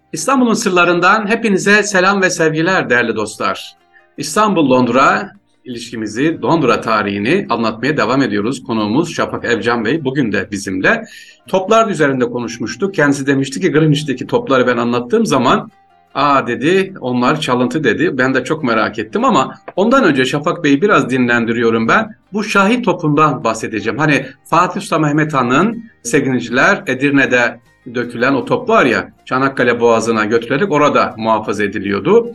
İstanbul'un sırlarından hepinize selam ve sevgiler değerli dostlar. İstanbul-Londra ilişkimizi, Londra tarihini anlatmaya devam ediyoruz. Konuğumuz Şafak Evcan Bey bugün de bizimle. Toplar üzerinde konuşmuştuk. Kendisi demişti ki Greenwich'teki topları ben anlattığım zaman dedi onlar çalıntı dedi. Ben de çok merak ettim ama ondan önce Şafak Bey'i biraz dinlendiriyorum ben. Bu Şahi topundan bahsedeceğim. Hani Fatih Sultan Mehmet Han'ın sevgiliciler Edirne'de dökülen o top var ya Çanakkale Boğazı'na götürülerek orada muhafaza ediliyordu.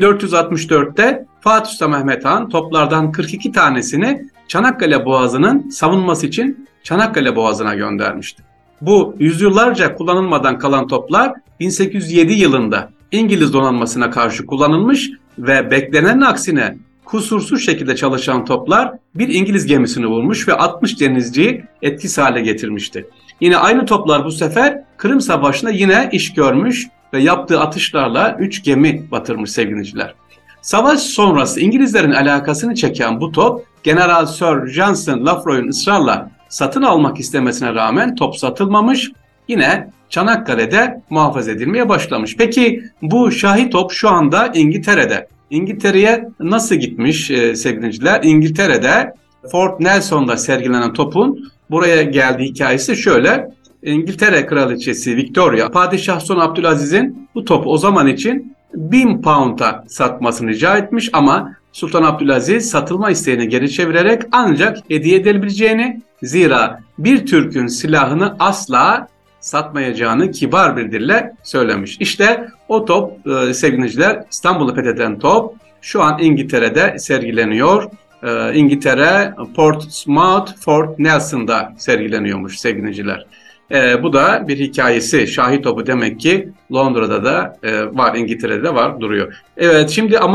1464'te Fatih Sultan Mehmet Han toplardan 42 tanesini Çanakkale Boğazı'nın savunması için Çanakkale Boğazı'na göndermişti. Bu yüzyıllarca kullanılmadan kalan toplar 1807 yılında İngiliz donanmasına karşı kullanılmış ve beklenenin aksine kusursuz şekilde çalışan toplar bir İngiliz gemisini vurmuş ve 60 denizciyi etkisiz hale getirmişti. Yine aynı toplar bu sefer Kırım Savaşı'nda yine iş görmüş ve yaptığı atışlarla 3 gemi batırmış sevgiliciler. Savaş sonrası İngilizlerin alakasını çeken bu top General Sir Johnson Lafroy'un ısrarla satın almak istemesine rağmen top satılmamış, yine Çanakkale'de muhafaza edilmeye başlamış. Peki bu Şahi top şu anda İngiltere'de. İngiltere'ye nasıl gitmiş sevgiliciler? İngiltere'de Fort Nelson'da sergilenen topun buraya geldiği hikayesi şöyle. İngiltere Kraliçesi Victoria, Padişah Sultan Abdülaziz'in bu topu o zaman için 1000 pound'a satmasını rica etmiş ama Sultan Abdülaziz satılma isteğini geri çevirerek ancak hediye edilebileceğini, zira bir Türk'ün silahını asla satmayacağını kibar bir dille söylemiş. İşte o top sevgiliciler, İstanbul'u fetheden top şu an İngiltere'de sergileniyor. İngiltere Portsmouth Fort Nelson'da sergileniyormuş sevgiliciler. Bu da bir hikayesi. Şahi topu demek ki Londra'da da var, İngiltere'de de var, duruyor. Evet,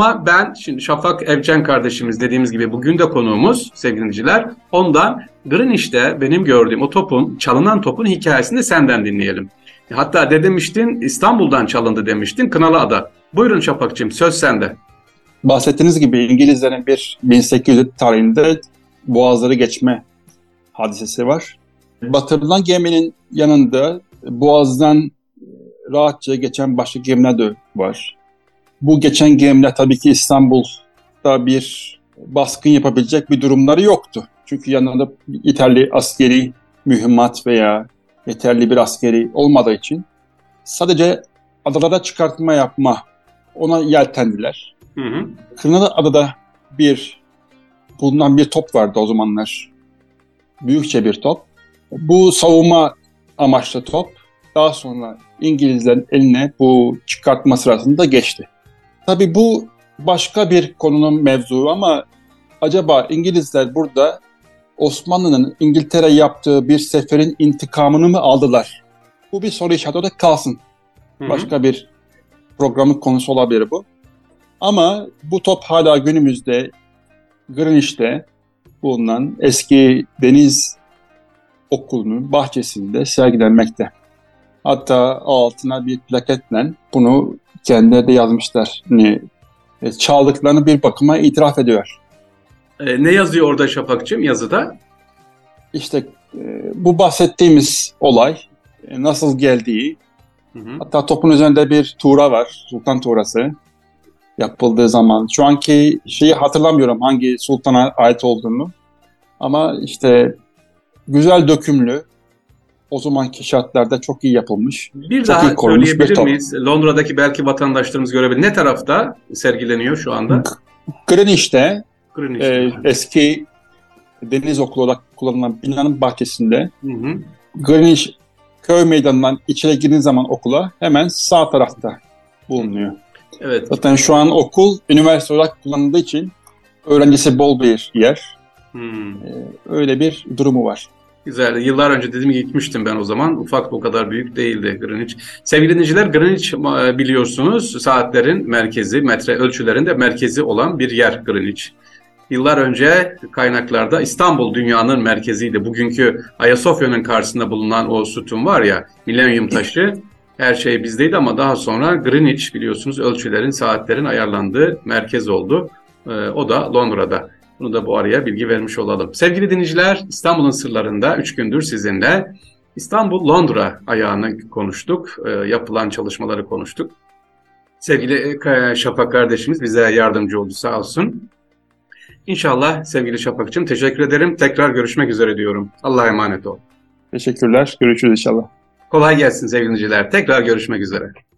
şimdi Şafak Evcen kardeşimiz dediğimiz gibi bugün de konuğumuz sevgiliciler. Ondan Greenwich'te benim gördüğüm o topun, çalınan topun hikayesini de senden dinleyelim. Hatta demiştin İstanbul'dan çalındı demiştin, Kınalıada. Buyurun Şafak'cığım, söz sende. Bahsettiğiniz gibi İngilizlerin 1800 tarihinde boğazları geçme hadisesi var. Batırılan geminin yanında boğazdan rahatça geçen başka gemiler de var. Bu geçen gemiler tabii ki İstanbul'da bir baskın yapabilecek bir durumları yoktu. Çünkü yanında yeterli askeri mühimmat veya yeterli bir askeri olmadığı için sadece adalara çıkartma yapma ona yeltendiler. Kırnalıada'da bulunan bir top vardı o zamanlar. Büyükçe bir top. Bu savunma amaçlı top daha sonra İngilizlerin eline bu çıkartma sırasında geçti. Tabii bu başka bir konunun mevzuu ama acaba İngilizler burada Osmanlı'nın İngiltere'ye yaptığı bir seferin intikamını mı aldılar? Bu bir soru işareti olarak kalsın. Başka bir programın konusu olabilir bu. Ama bu top hala günümüzde Greenwich'te bulunan eski deniz okulunun bahçesinde sergilenmekte. Hatta altına bir plaketle bunu kendileri de yazmışlar. Çaldıklarını bir bakıma itiraf ediyor. Ne yazıyor orada Şafak'cığım yazıda? İşte bu bahsettiğimiz olay nasıl geldiği, hatta topun üzerinde bir tuğra var, Sultan Tuğrası yapıldığı zaman. Şu anki şeyi hatırlamıyorum hangi sultana ait olduğunu ama işte güzel dökümlü, o zamanki şartlarda çok iyi yapılmış. Bir çok daha söyleyebilir miyiz? Londra'daki belki vatandaşlarımız görebilir. Ne tarafta sergileniyor şu anda? Greenwich'te. Eski deniz okulu olarak kullanılan binanın bahçesinde. Greenwich köy meydanından içeri girdiğiniz zaman okula hemen sağ tarafta bulunuyor. Evet. Zaten şu an okul üniversite olarak kullanıldığı için öğrencisi bol bir yer. Öyle bir durumu var. Güzel. Yıllar önce dediğim gibi gitmiştim ben o zaman. Ufak, o kadar büyük değildi Greenwich. Sevgili dinleyiciler, Greenwich biliyorsunuz saatlerin merkezi, metre ölçülerinde merkezi olan bir yer Greenwich. Yıllar önce kaynaklarda İstanbul dünyanın merkeziydi. Bugünkü Ayasofya'nın karşısında bulunan o sütun var ya, milenyum taşı, her şey bizdeydi ama daha sonra Greenwich biliyorsunuz ölçülerin, saatlerin ayarlandığı merkez oldu. O da Londra'da. Bunu da bu araya bilgi vermiş olalım. Sevgili dinleyiciler, İstanbul'un sırlarında 3 gündür sizinle İstanbul-Londra ayağını konuştuk, yapılan çalışmaları konuştuk. Sevgili Şafak kardeşimiz bize yardımcı oldu, sağ olsun. İnşallah sevgili Şafak'cığım, teşekkür ederim. Tekrar görüşmek üzere diyorum. Allah'a emanet ol. Teşekkürler. Görüşürüz inşallah. Kolay gelsin sevgili dinleyiciler. Tekrar görüşmek üzere.